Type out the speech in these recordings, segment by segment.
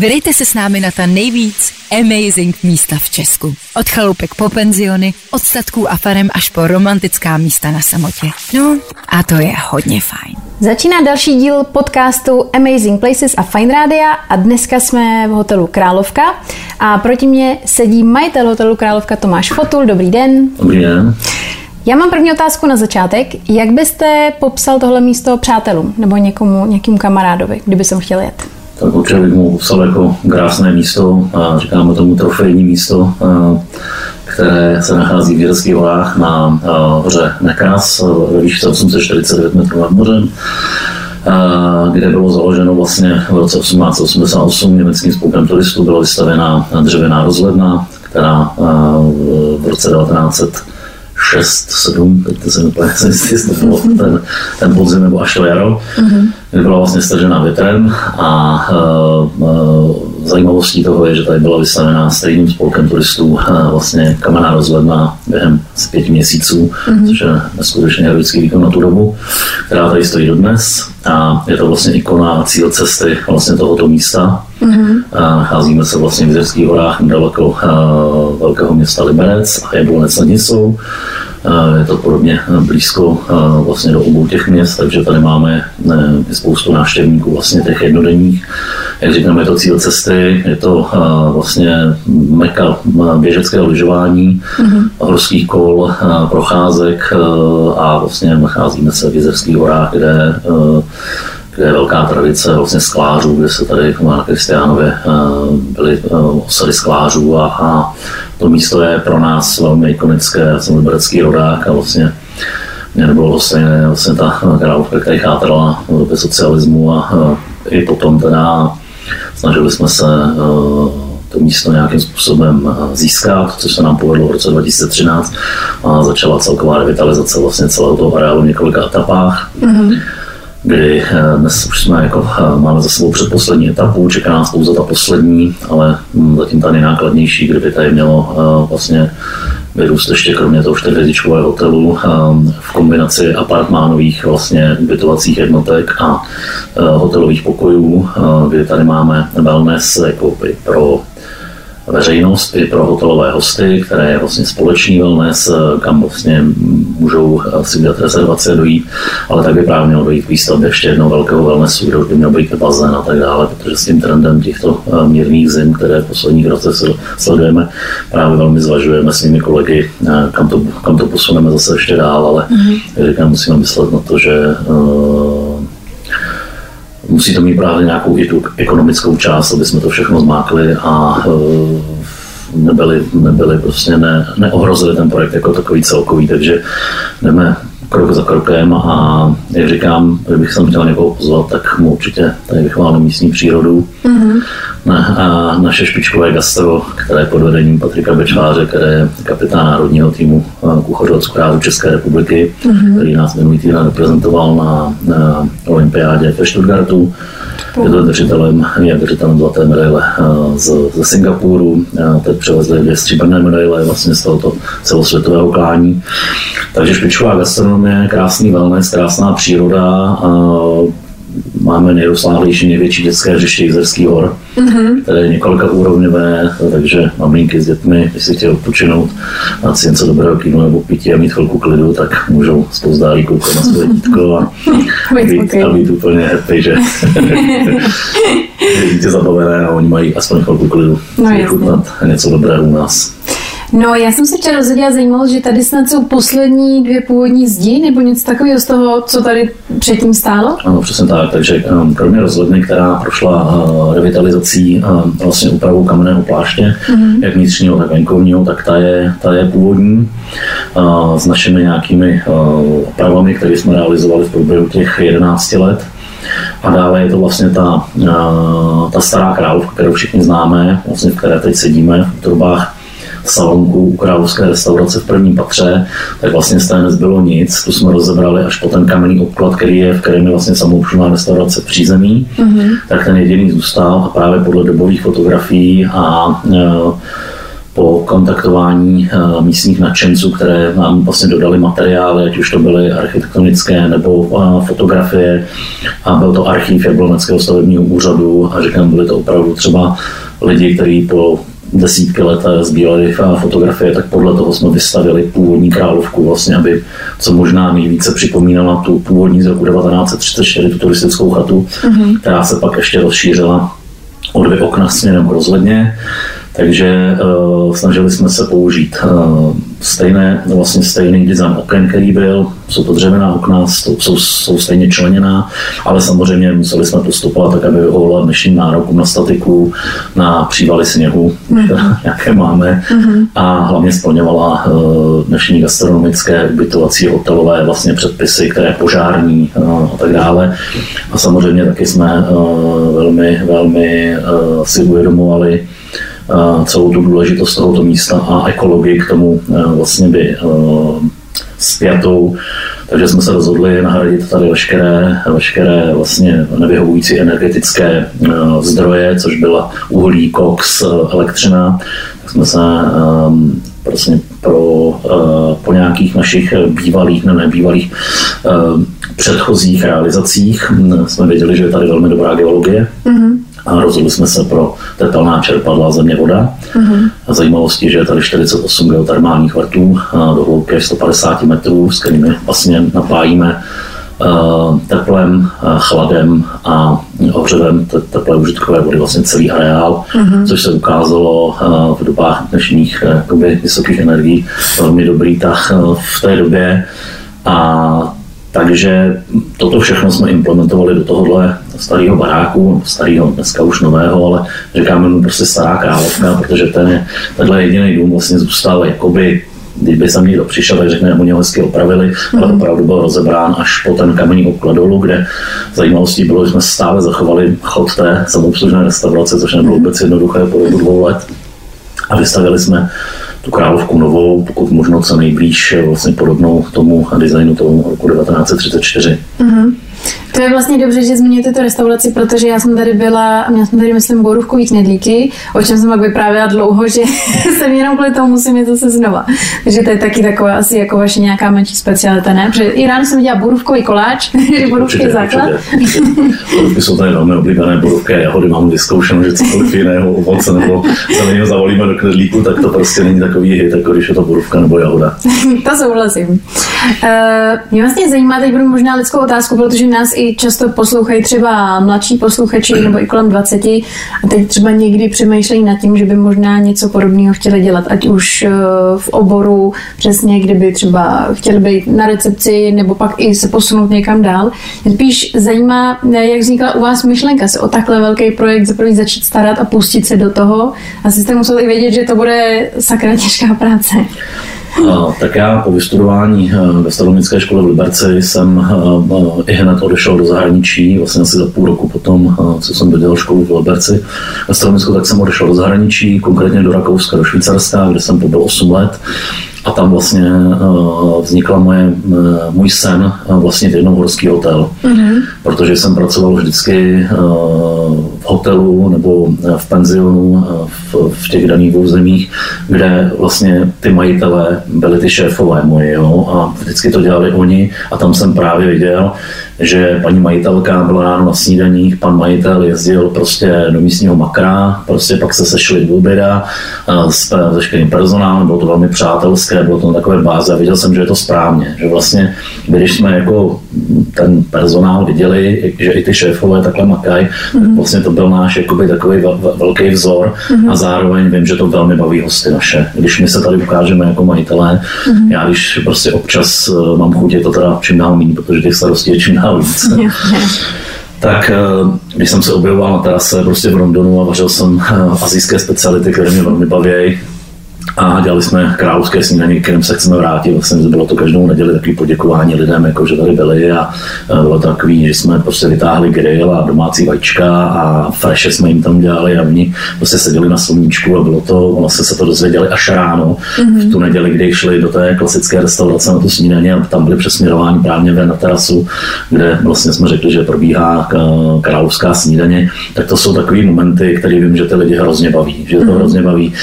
Vydejte se s námi na ta nejvíc amazing místa v Česku. Od chaloupek po penziony, od statků a farem až po romantická místa na samotě. No a to je hodně fajn. Začíná další díl podcastu Amazing Places a Fine Rádia a dneska jsme v hotelu Královka a proti mně sedí majitel hotelu Královka Tomáš Fotul. Dobrý den. Dobrý den. Já mám první otázku na začátek. Jak byste popsal tohle místo přátelům nebo někomu kamarádovi, kdyby jsem chtěl jet? Tak určitě bych mu popsal jako krásné místo, říkáme tomu trofejní místo, které se nachází v Jizerských horách na hoře Nekras ve výšce 849 metrů nad mořem, kde bylo založeno vlastně v roce 1888 německým spolkem turistů, byla vystavěna dřevěná rozhledna, která v roce 1907, teď se úplně jestli to bylo ten podzim nebo až to jaro, kdy byla vlastně stržena větrem a zajímavostí toho je, že tady byla vystavená stejným spolkem turistů vlastně kamenná rozhledna během 5 měsíců, což je neskutečně heroický výkon na tu dobu, která tady stojí dodnes a je to vlastně ikona a cíl cesty vlastně tohoto místa. Nacházíme se vlastně v Jizerských horách nedaleko velkého města Liberec a Jablonec nad Nisou. Je to podobně blízko vlastně do obou těch měst, takže tady máme spoustu návštěvníků vlastně těch jednodenních. Jak říkám, je to cíl cesty, je to vlastně meka běžeckého lyžování, horských kol, procházek a vlastně nacházíme se v Jizerských horách, kde je velká tradice vlastně sklářů, kde se tady na Kristiánově byly osady sklářů a to místo je pro nás velmi ikonické. Já jsem liberecký rodák a vlastně mě nebylo vlastně ta Královka, která chátrala v době socialismu a i potom teda snažili jsme se to místo nějakým způsobem získat, což se nám povedlo v roce 2013 a začala celková revitalizace vlastně celého toho areálu v několika etapách. Kdy dnes už máme za sebou předposlední etapu, čeká nás pouze ta poslední, ale zatím ta nejnákladnější, kde by tady mělo vlastně vyrůst ještě kromě toho 4hvězdičkového hotelu v kombinaci apartmánových vlastně ubytovacích jednotek a hotelových pokojů, kdy tady máme wellness jako pro veřejnost i pro hotelové hosty, které je vlastně společný wellness, kam vlastně můžou si udělat rezervace dojít, ale tak by právě mělo dojít k výstavbě ještě jednoho velkého wellnessu, kde by měl být bazén a tak dále, protože s tím trendem těchto mírných zim, které v posledních roce sledujeme, právě velmi zvažujeme s mými kolegy, kam to posuneme zase ještě dál, ale říkám, musíme myslet na to, že musí to mít právě nějakou i tu ekonomickou část, aby jsme to všechno zmákli a nebyli prostě neohrozili ten projekt jako takový celkový, takže jdeme krok za krokem a jak říkám, kdybych jsem chtěl někoho pozvat, tak mu určitě tady vychválím místní přírodu. A naše špičkové gastro, které je pod vedením Patrika Bečváře, který je kapitán národního týmu kuchařů a cukrářů České republiky, který nás minulý týden reprezentoval na olympiádě ve Stuttgartu. Je to držitelem zlaté medaile ze Singapuru, teď převezli 2 stříbrné medaile vlastně z tohoto celosvětového klání. Takže špičková gastronomie, krásný wellness, krásná příroda. Máme nejrozsáhlejší, největší dětské hřiště Jizerských hor, které je několika úrovňové, takže maminky s dětmi, když si chtějí odpočinout, dát si něco dobrého kino nebo pití a mít chvilku klidu, tak můžou spouzdálí koukat na své dítko a být úplně happy, že je dítě zabavené a oni mají aspoň chvilku klidu, chutnat něco dobrého u nás. No, já jsem se chtěla dozvědět, zajímalo, že tady snad jsou poslední 2 původní zdi nebo něco takového z toho, co tady předtím stálo? Ano, přesně tak, takže kromě rozhledny, která prošla revitalizací vlastně úpravou kamenného pláště, jak vnitřního, tak venkovního, tak ta je původní s našimi nějakými opravami, které jsme realizovali v průběhu těch 11 let. A dále je to vlastně ta stará Královka, kterou všichni známe, vlastně v které teď sedíme v trubách salonku u královské restaurace v prvním patře, tak vlastně z té nezbylo nic. Tu jsme rozebrali až po ten kamenný obklad, který je, v kterém je vlastně samoobslužná restaurace v přízemí, tak ten jediný zůstal a právě podle dobových fotografií a po kontaktování místních nadšenců, které nám vlastně dodali materiály, ať už to byly architektonické nebo fotografie, a byl to archiv Jablonského stavebního úřadu a říkám, byly to opravdu třeba lidi, kteří po desítky let sbírali fotografie, tak podle toho jsme vystavili původní Královku, vlastně, aby co možná nejvíce připomínala tu původní z roku 1934, tu turistickou chatu, která se pak ještě rozšířila o 2 okna směrem k rozhledně. Takže snažili jsme se použít stejný design oken, který byl. Jsou to dřevěná okna, jsou stejně členěná, ale samozřejmě museli jsme postupovat tak, aby vyhovovala dnešním nárokům na statiku, na přívaly sněhu, jaké máme, a hlavně splňovala dnešní gastronomické, ubytovací, hotelové vlastně předpisy, které požární a tak dále. A samozřejmě taky jsme velmi si uvědomovali celou tu důležitost tohoto místa a ekologii k tomu vlastně by spjatou. Takže jsme se rozhodli nahradit tady veškeré vlastně nevyhovující energetické zdroje, což byla uhlí, koks, elektřina. Tak jsme se prostě po nějakých našich nebývalých předchozích realizacích jsme věděli, že je tady velmi dobrá geologie. A rozhodli jsme se pro tepelná čerpadla země voda. A zajímavostí, že je tady 48 geotermálních vrtů do hloubky 150 metrů, s kterými vlastně napájíme teplem, chladem a ohřevem teplé užitkové vody vlastně celý areál, což se ukázalo v dobách dnešních vysokých energií velmi dobrý tah v té době. A takže toto všechno jsme implementovali do tohohle starého baráku, starého, dneska už nového, ale říkáme mu prostě Stará Královka, protože tenhle jediný dům vlastně zůstal jakoby, kdyby sem někdo přišel, tak řekne, oni ho hezky opravili, ale opravdu byl rozebrán až po ten kamenný obklad dolů, kde zajímavostí bylo, že jsme stále zachovali chod té samoobslužné restaurace, což nebylo vůbec jednoduché po dobu 2 let. A vystavili jsme tu Královku novou, pokud možno co nejblíž, vlastně podobnou tomu designu tomu roku 1934. To je vlastně dobře, že zmíníte tu restauraci, protože já jsem tady byla a měla jsem tady, myslím, borůvkový knedlíky, o čem jsem pak vyprávěla dlouho, že jsem jenom kvůli tomu musím jít zase znova. Takže to je taky taková asi jako vaše nějaká menší specialita, ne? Protože i ráno jsem dělala borůvkový koláč, že borůvkový základ. Borůvky jsou tady velmi oblíbené, borůvky a jahody mám vyzkoušeno, že cokoliv jiného ovoce nebo zeleninu zavolíme do knedlíku, tak to prostě není takový hit, jako když je to borůvka nebo jahoda. To souhlasím. Mě vlastně zajímá, teď budu možná lidskou otázku, protože nás i často poslouchají třeba mladší posluchači nebo i kolem 20 a teď třeba někdy přemýšlejí nad tím, že by možná něco podobného chtěli dělat, ať už v oboru přesně, kdyby třeba chtěli být na recepci nebo pak i se posunout někam dál. Mě spíš zajímá, jak vznikla u vás myšlenka se o takhle velký projekt zaprvé začít starat a pustit se do toho. Asi jste museli vědět, že to bude sakra těžká práce. Tak já po vystudování gastronomické školy v Liberci jsem i hned odešel do zahraničí, vlastně asi za půl roku potom, co jsem dodělal školu v Liberci gastronomickou, tak jsem odešel do zahraničí, konkrétně do Rakouska, do Švýcarska, kde jsem pobyl 8 let. A tam vlastně vznikla můj sen vlastně v jednou horský hotel, protože jsem pracoval vždycky v hotelu nebo v penzionu v těch daných zemích, kde vlastně ty majitelé byli ty šéfové moji, jo, a vždycky to dělali oni a tam jsem právě viděl, že paní majitelka byla ráno na snídaních, pan majitel jezdil prostě do místního makra, prostě pak se sešli do oběda s veškerým personálem, bylo to velmi přátelské, bylo to na takové báze a viděl jsem, že je to správně, že vlastně, když jsme jako ten personál viděli, že i ty šéfové takhle makají, tak vlastně to byl náš jakoby takový velký vzor a zároveň vím, že to velmi baví hosty naše. Když my se tady ukážeme jako majitelé, já když prostě občas mám chuť, je to teda čím dál méně, protože těch starostí je čím dál víc. Tak když jsem se objevoval na terase prostě v Londonu a vařil jsem asijské speciality, které mě velmi baví, A dělali jsme královské snídaně, kterým se chceme vrátit. Vlastně bylo to každou neděli takový poděkování lidem, jako že tady byli a bylo to takový, že jsme prostě vytáhli grill a domácí vajíčka a freše jsme jim tam dělali a oni prostě seděli na sluníčku a bylo to, vlastně se to dozvěděli až ráno v tu neděli, kdy šli do té klasické restaurace na to snídaně a tam byli přesměrováni právě na terasu, kde vlastně jsme řekli, že probíhá královská snídaně. Tak to jsou takový momenty, které vím, že ty lidi hrozně baví, že to hrozně baví.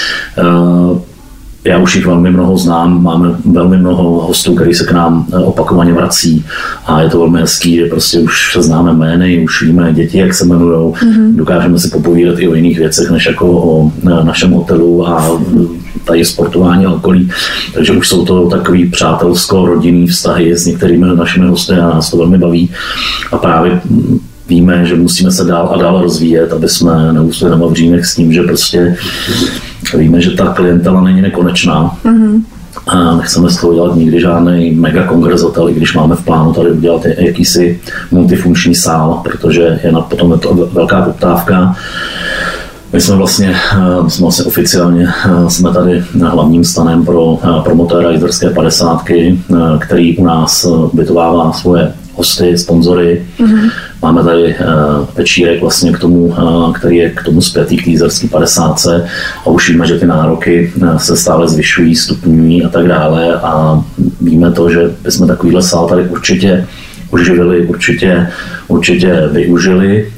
Já už jich velmi mnoho znám, máme velmi mnoho hostů, kteří se k nám opakovaně vrací a je to velmi hezký, že prostě už se známe jmény, už víme děti, jak se jmenujou, dokážeme si popovídat i o jiných věcech, než jako o našem hotelu a tady sportování a okolí. Takže už jsou to takový přátelsko-rodinný vztahy s některými našimi hosty a nás to velmi baví. A právě víme, že musíme se dál a dál rozvíjet, aby jsme neusli na Vavřínech s tím, že prostě víme, že ta klientela není nekonečná. A nechceme z toho dělat nikdy žádný mega kongres hotel, i když máme v plánu tady udělat jakýsi multifunkční sál, protože je potom to velká poptávka. My jsme vlastně oficiálně jsme tady hlavním stanem pro promotéra Jizerské 50, který u nás ubytovává svoje hosty, sponzory. Máme tady večírek vlastně k tomu, který je k tomu zpětý k Jizerské 50 a už víme, že ty nároky se stále zvyšují, stupňují a tak dále a víme to, že bychom takovýhle sál tady určitě uživili, určitě využili.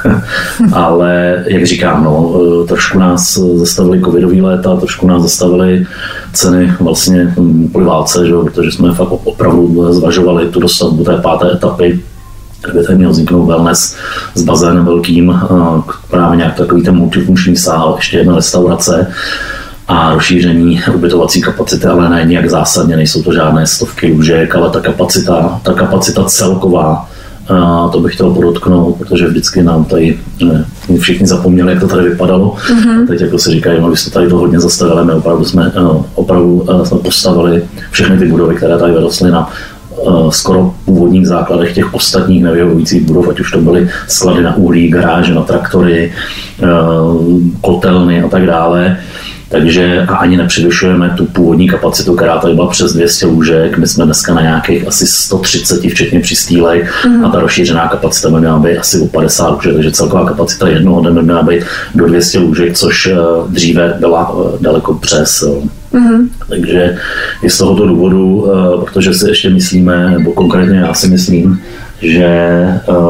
Ale jak říkám, trošku nás zastavili covidový léta, trošku nás zastavili ceny vlastně kvůli válce, že? Protože jsme fakt opravdu zvažovali tu dostavbu té 5. etapy, kde tady měl vzniknout wellness s bazénem velkým, právě nějak takový ten multifunkční sál, ještě jedna restaurace a rozšíření ubytovací kapacity, ale ne nějak zásadně, nejsou to žádné stovky lůžek, ale ta kapacita celková, to bych chtěl podotknout, protože vždycky nám tady všichni zapomněli, jak to tady vypadalo. Teď jako se říkají, vy jste tady to hodně zastavili, my opravdu jsme postavili všechny ty budovy, které tady vyrostly na skoro původních základech těch ostatních nevyhovujících budov, ať už to byly sklady na uhlí, garáže na traktory, kotelny a tak dále. Takže a ani nepřevyšujeme tu původní kapacitu, která tady byla přes 200 lůžek. My jsme dneska na nějakých asi 130, včetně přistýlek, a ta rozšířená kapacita by měla být asi o 50 lůžek, takže celková kapacita jednoho dne by měla být do 200 lůžek, což dříve byla daleko přes. Takže i z tohoto důvodu, protože si ještě myslíme, nebo konkrétně já si myslím, že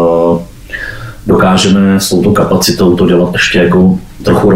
dokážeme s touto kapacitou to dělat ještě jako trochu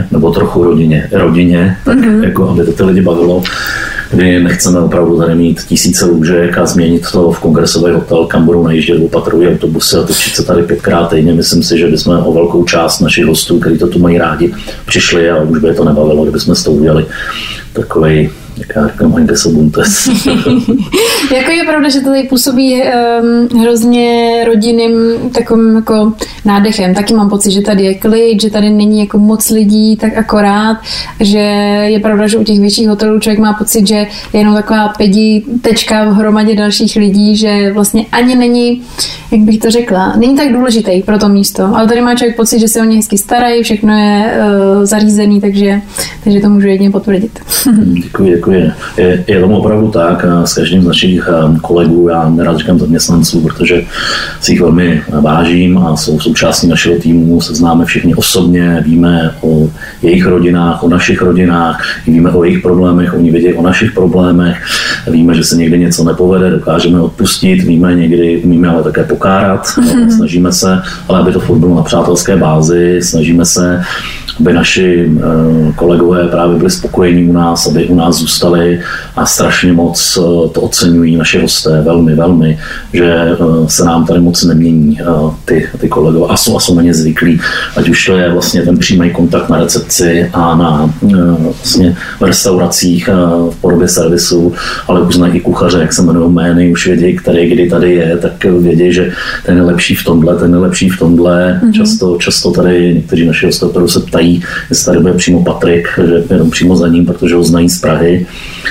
rodině, tak jako aby to ty lidi bavilo, kdy nechceme opravdu tady mít tisíce lůžek a změnit to v kongresový hotel, kam budou najíždět opatrový autobusy a točit se tady 5krát týdně. Myslím si, že bychom o velkou část našich hostů, kteří to tu mají rádi, přišli a už by je to nebavilo, kdybychom s tou udělali takovej, jak já říkám, Eingesobuntes. Jako je pravda, že to tady působí hrozně rodinným takovým jako nádechem. Taky mám pocit, že tady je klid, že tady není jako moc lidí, tak akorát, že je pravda, že u těch větších hotelů člověk má pocit, že je jenom taková tečka v hromadě dalších lidí, že vlastně ani není, jak bych to řekla, není tak důležitý pro to místo, ale tady má člověk pocit, že se o ně hezky starají, všechno je zařízený, takže to můžu jedině potvrdit. Děkuji. Je tomu opravdu tak a s každým z našich kolegů, já nerad říkám zaměstnanců, protože si jich velmi vážím a jsou součástí našeho týmu, se známe všichni osobně, víme o jejich rodinách, o našich rodinách, víme o jejich problémech, oni vědí o našich problémech, víme, že se někdy něco nepovede, dokážeme odpustit, umíme ale také pokárat, snažíme se, ale aby to furt bylo na přátelské bázi, snažíme se, aby naši kolegové právě byli spokojení u nás, aby u nás zůstali a strašně moc to oceňují naši hosté, velmi, velmi, že se nám tady moc nemění ty kolegové a jsou na ně zvyklí, ať už to je vlastně ten přímý kontakt na recepci a na vlastně v restauracích v podobě servisu, ale už znají i kuchaře, jak se jmenují jmény, už vědí, který kdy tady je, tak vědí, že ten je lepší v tomhle. Často tady někteří naši hosté se ptají, jestli tady bude přímo Patrik, že jenom přímo za ním, protože ho znají z Prahy.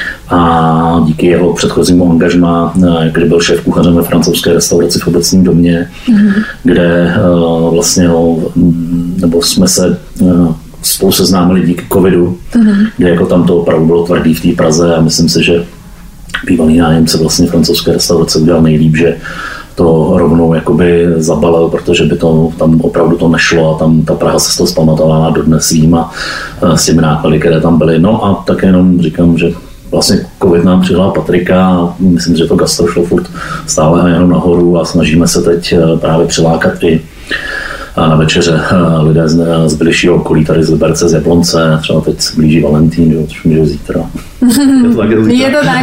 A díky jeho předchozímu angažmá, kdy byl šéf kuchařem ve francouzské restauraci v Obecním domě, kde vlastně jsme se spolu seznámili díky covidu, kde jako tam to opravdu bylo tvrdý v té Praze a myslím si, že bývalý nájemce vlastně francouzské restaurace udělal nejlíp, že to rovnou jakoby zabalil, protože by to tam opravdu to nešlo a tam ta Praha se z toho zpamatovala dodnes svýma s těmi náklady, které tam byly. No a tak jenom říkám, že vlastně covid nám přihlal Patrika a myslím, že to gastro šlo furt stále a jenom nahoru a snažíme se teď právě přilákat i na večeře lidé z bližšího okolí, tady z Liberce, z Jablonce, třeba teď se blíží Valentín, což může zítra. Je to tak.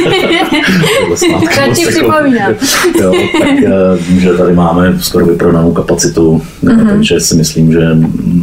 Radši připomínám. Tak vím, že tady máme skoro vyprodanou kapacitu, takže si myslím, že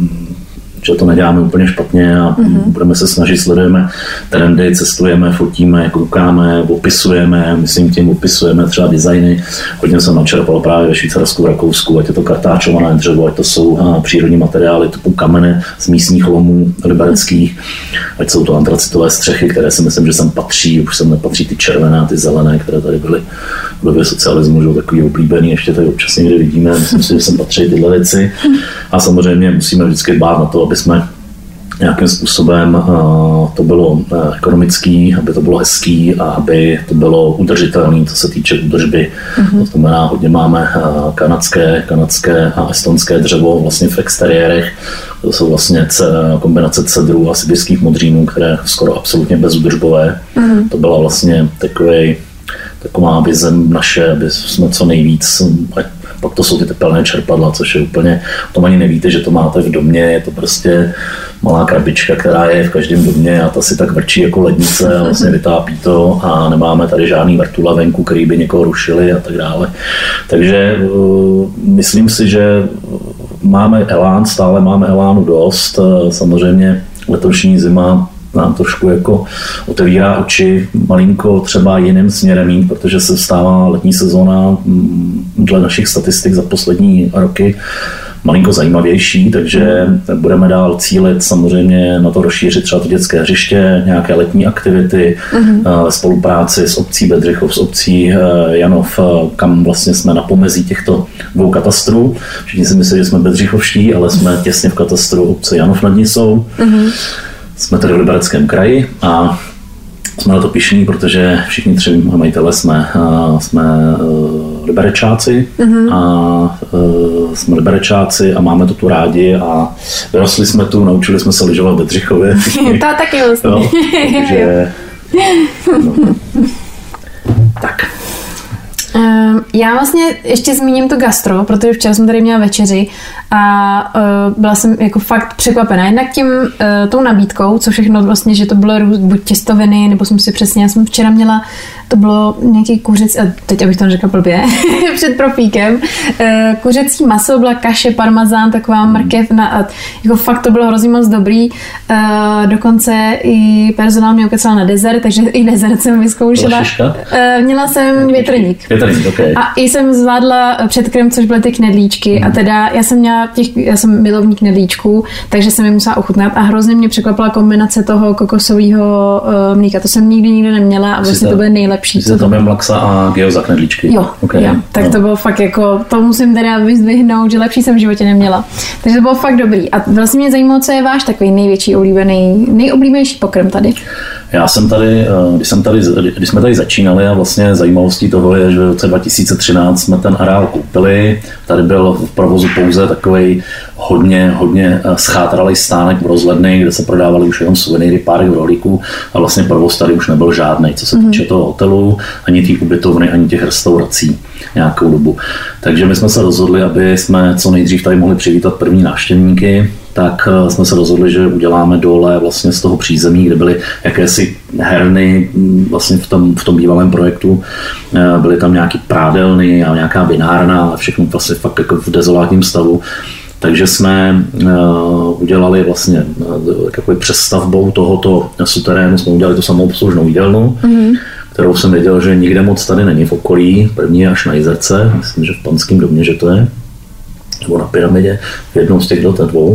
to neděláme úplně špatně a budeme se snažit, sledujeme trendy, cestujeme, fotíme, koukáme, opisujeme, myslím tím opisujeme třeba designy. Hodně jsem načerpal právě ve Švýcarsku, v Rakousku, ať je to kartáčované dřevo, ať to jsou přírodní materiály typu kamene z místních lomů libereckých, ať jsou to antracitové střechy, které si myslím, že sem patří, už sem nepatří ty červené a ty zelené, které tady byly v době socialismu, že takový oblíbený, ještě tady občas někdy vidíme, myslím si, že sem patří tyhle věci. A samozřejmě musíme vždycky dbát na to, aby jsme nějakým způsobem to bylo ekonomický, aby to bylo hezký a aby to bylo udržitelné, co se týče údržby. To znamená, hodně máme kanadské a estonské dřevo vlastně v exteriérech. To jsou vlastně kombinace cedrů a sibirských modřínů, které skoro absolutně bezúdržbové. To byla vlastně taková vize naše, aby jsme co nejvíc, pak to jsou ty tepelné čerpadla, což je úplně, o tom ani nevíte, že to máte v domě, je to prostě malá krabička, která je v každém domě a ta si tak vrčí jako lednice a vlastně vytápí to a nemáme tady žádný vrtule venku, který by někoho rušili a tak dále. Takže myslím si, že máme elán, stále máme elánu dost, samozřejmě letošní zima nám trošku jako otevírá oči malinko třeba jiným směrem jít, protože se stává letní sezóna dle našich statistik za poslední roky malinko zajímavější, takže budeme dál cílit samozřejmě na to rozšířit třeba to dětské hřiště, nějaké letní aktivity ve spolupráci s obcí Bedřichov, s obcí Janov, kam vlastně jsme na pomezí těchto dvou katastrů. Všichni si myslí, že jsme bedřichovští, ale jsme těsně v katastru obce Janov nad Nisou. Jsme tady v Libereckém kraji a jsme na to pyšní, protože všichni tři majitelé jsme Liberečáci a jsme Liberečáci a máme to tu rádi a vyrostli jsme tu, naučili jsme se lyžovat v Bedřichově. To taky vlastně. No, takže, no. Tak. Já vlastně ještě zmíním to gastro, protože včera jsem tady měla večeři a byla jsem jako fakt překvapená. Jednak tou nabídkou, co všechno vlastně, že to bylo buď těstoviny, nebo jsem si přesně, já jsem včera měla, to bylo nějaký kuřecí, a teď abych to neřekla blbě, před profíkem, kuřecí maso, byla kaše, parmazán, taková mrkevna a jako fakt to bylo hrozně moc dobrý. Dokonce i personál mě ukecal na dezert, takže i dezert jsem vyzkoušela. Měla jsem větrník. Okay. A i jsem zvládla předkrm, což byly ty knedlíčky a teda já jsem milovník knedlíčků, takže jsem je musela ochutnat a hrozně mě překvapila kombinace toho kokosového mlíka. To jsem nikdy neměla a vlastně to bylo nejlepší. Co tam je mlaxa a gyoza knedlíčky? Jo, okay. Jo, tak to bylo fakt jako, to musím teda vyzdvihnout, že lepší jsem v životě neměla. Takže to bylo fakt dobrý. A vlastně mě zajímalo, co je váš takový největší nejoblíbenější pokrm tady? Já jsem tady, když jsme tady začínali a vlastně zajímavostí toho je, že v roce 2013 jsme ten areál koupili. Tady byl v provozu pouze takovej hodně schátralý stánek v rozhledny, kde se prodávaly už jenom suvenýry, párek v rohlíku a vlastně provoz tady už nebyl žádný, co se týče toho hotelu, ani té ubytovny, ani těch restaurací nějakou dobu. Takže my jsme se rozhodli, aby jsme co nejdřív tady mohli přivítat první návštěvníky, tak jsme se rozhodli, že uděláme dole vlastně z toho přízemí, kde byly jakési herny vlastně v tom bývalém projektu. Byly tam nějaký prádelny a nějaká vinárna, ale všechno vlastně fakt jako v dezolátním stavu. Takže jsme udělali vlastně takovou přestavbou tohoto suterénu, jsme udělali tu samoobslužnou jídelnu, kterou jsem věděl, že nikde moc tady není v okolí. První je až na Jizerce, myslím, že v Panském domě, že to je, nebo na Pyramidě, v jednom z těch dvou.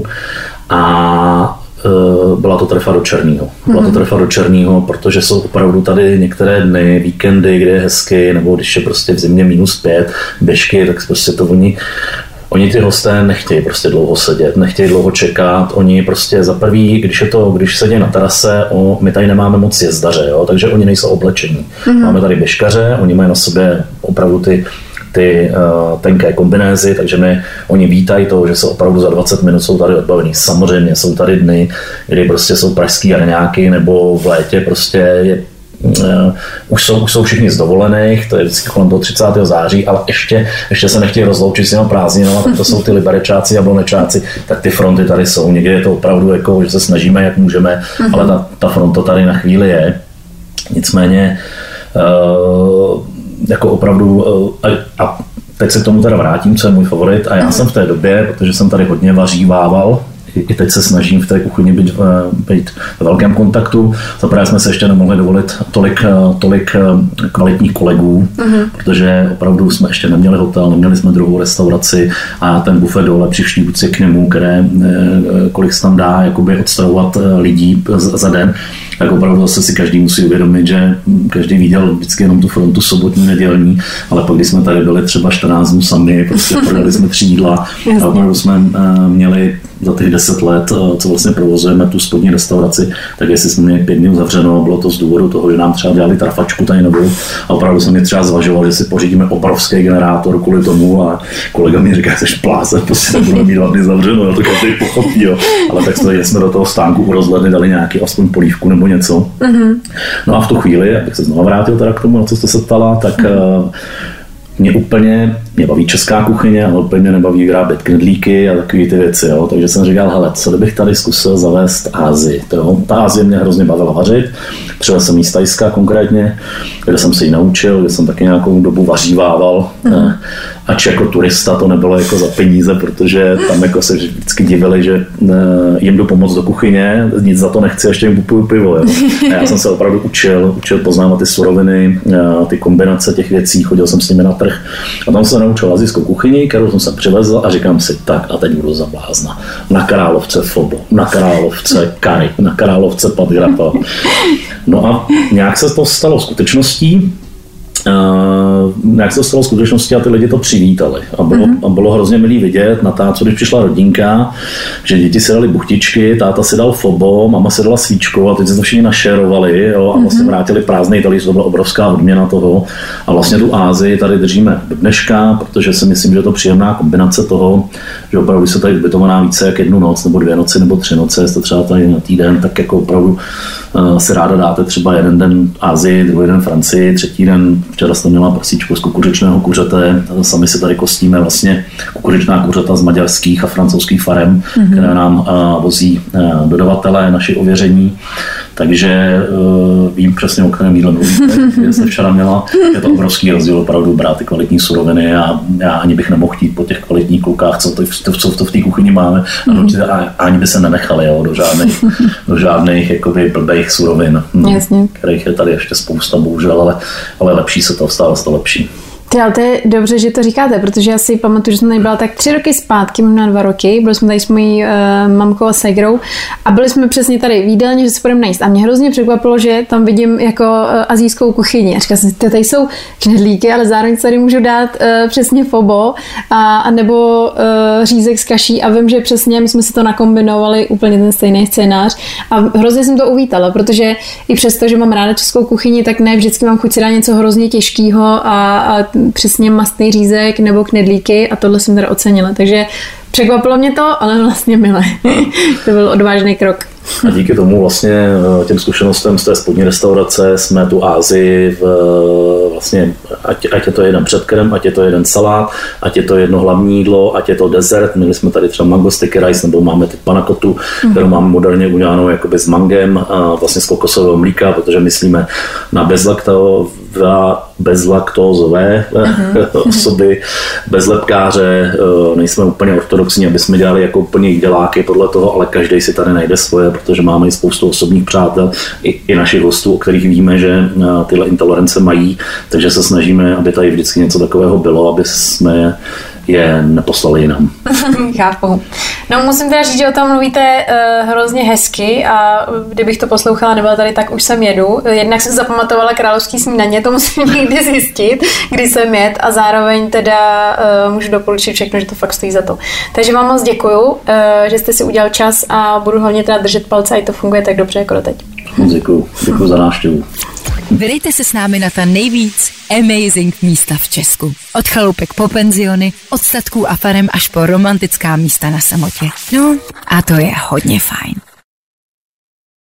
A byla to trefa do Černýho. Byla to trefa do Černýho, protože jsou opravdu tady některé dny, víkendy, kde je hezky, nebo když je prostě v zimě -5, běžky, tak prostě to oni Oni ty hosté nechtějí prostě dlouho sedět, nechtějí dlouho čekat, oni prostě za prvý, když sedí na terase, my tady nemáme moc jezdaře, jo, takže oni nejsou oblečení. Máme tady běžkaře, oni mají na sobě opravdu ty tenké kombinézy, takže oni vítají to, že se opravdu za 20 minut jsou tady odbavení. Samozřejmě jsou tady dny, kdy prostě jsou pražský jarňáky, nebo v létě prostě už jsou všichni z dovolených, to je vždycky kolem toho 30. září, ale ještě se nechtějí rozloučit s těma prázdninama, tak to jsou ty liberečáci, jablonečáci, tak ty fronty tady jsou. Někdy je to opravdu jako, že se snažíme, jak můžeme, ale ta fronta tady na chvíli je. Nicméně jako opravdu, a teď se k tomu teda vrátím, co je můj favorit, a já jsem v té době, protože jsem tady hodně vařívával, i teď se snažím v té kuchyni být ve velkém kontaktu. Zaprvé jsme se ještě nemohli dovolit tolik kvalitních kolegů, protože opravdu jsme ještě neměli hotel, neměli jsme druhou restauraci a ten bufet dole při Štívci k němu, kolik se tam dá jakoby odstravovat lidí za den, tak opravdu zase si každý musí uvědomit, že každý viděl vždycky jenom tu frontu sobotní, nedělní, ale pak, když jsme tady byli třeba 14 dnů sami, prostě prodali jsme 3 jídla a opravdu jsme měli za těch 10 let, co vlastně provozujeme tu spodní restauraci, tak jestli jsme měli 5 dní zavřeno, bylo to z důvodu toho, že nám třeba dělali trafačku tady novou a opravdu jsme mě třeba zvažovali, že si pořídíme obrovský generátor kvůli tomu a kolega mi říká, že jsi pláze, prostě nebudeme mít 2 dny zavřeno, to každý pochopí, jo. Ale tak jsme do toho stánku u rozhledny dali nějaký aspoň polívku nebo něco. No a v tu chvíli, abych se znovu vrátil teda k tomu, na co jste se ptala, tak mě baví česká kuchyně, ale úplně mě nebaví vyrábět knedlíky a takové ty věci, jo. Takže jsem říkal, hele, co kdybych tady zkusil zavést Asii, jo. Ta Asie mě hrozně bavila vařit, třeba jsem jí z Thajska konkrétně, kde jsem se ji naučil, kde jsem taky nějakou dobu vařívával, ač jako turista to nebylo jako za peníze, protože tam jako se vždycky divili, že jim jdu pomoct do kuchyně, nic za to nechci, ještě jim kupuju pivo, jo. A já jsem se opravdu učil poznávat ty suroviny, ty kombinace těch věcí, chodil jsem s nimi na trh a tam jsem naučil asijskou kuchyni, kterou jsem se přivezl a říkám si, tak a teď budu za blázna. Na Královce fobo, na Královce curry, na Královce pad grappa. No a nějak se to stalo skutečností, a ty lidi to přivítali. A bylo hrozně milý vidět na tácu, když přišla rodinka, že děti si dali buchtičky, táta si dal fobo, mama si dala svíčku a teď se to všichni našerovali, jo, a vlastně vrátili prázdnej talíř, to byla obrovská odměna toho. A vlastně tu Asii tady držíme do dneška, protože si myslím, že je to příjemná kombinace toho, že opravdu se tady zbytovaná více jak 1 noc, nebo 2 noci, nebo 3 noci, jestli třeba tady na týden, tak jako opravdu si ráda dáte třeba 1 den Asii, druhý den Francii, 3. den, včera jsem měla prsíčku z kukuřičného kuřete, sami si tady kostíme vlastně kukuřičná kuřata z maďarských a francouzských farem, které nám vozí dodavatelé, naši ověření. Takže vím přesně, o kterém jídle mluvíte, kde jsem včera měla. Je to obrovský rozdíl opravdu brát ty kvalitní suroviny a já ani bych nemohl chtít po těch kvalitních klukách, co v té kuchyni máme. A ani by se nenechali, jo, do žádných jakoby blbejch surovin, kterých je tady ještě spousta, bohužel, ale lepší se to, stále se to lepší. Ale to je dobře, že to říkáte, protože já si pamatuju, že jsem tady byla tak 3 roky zpátky, možná 2 roky, byli jsme tady s mojí mamkou a ségrou a byli jsme přesně tady v jídelně, že se budeme najíst. A mě hrozně překvapilo, že tam vidím jako asijskou kuchyni. A říkala jsem si, tady jsou knedlíky, ale zároveň tady můžu dát přesně fobo a nebo řízek s kaší a vím, že přesně my jsme si to nakombinovali úplně ten stejný scénář a hrozně jsem to uvítala, protože i přesto, že mám ráda českou kuchyni, tak ne vždycky mám chuť si dát něco hrozně těžkého a přesně mastný řízek nebo knedlíky a tohle jsem teda ocenila. Takže překvapilo mě to, ale vlastně milé. To byl odvážný krok. A díky tomu vlastně těm zkušenostem z té spodní restaurace jsme tu Asii vlastně, ať je to jeden předkrm, ať je to jeden salát, ať je to jedno hlavní jídlo, ať je to dezert. Měli jsme tady třeba mango sticky rice, nebo máme teď panakotu, kterou máme moderně udělanou jakoby s mangem, vlastně z kokosového mlíka, protože myslíme na bezlaktózové osoby, bez lepkáře, nejsme úplně ortodoxní, aby jsme dělali jako úplně jídeláky podle toho, ale každý si tady najde svoje, protože máme i spoustu osobních přátel, i našich hostů, o kterých víme, že tyhle intolerance mají, takže se snažíme, aby tady vždycky něco takového bylo, aby jsme je neposlali jinam. Chápu. No musím teda říct, že o tom mluvíte hrozně hezky a kdybych to poslouchala, nebyla tady, tak už jsem jedu. Jednak jsem zapamatovala královský snídaně, to musím někdy zjistit, kdy jsem jet a zároveň teda můžu doporučit všechno, že to fakt stojí za to. Takže vám moc děkuju, že jste si udělal čas a budu hlavně teda držet palce, a to funguje tak dobře jako doteď. Děkuju za návštěvu. Vydejte se s námi na ta nejvíc amazing místa v Česku. Od chaloupek po penziony, od statků a farem až po romantická místa na samotě. No a to je hodně fajn.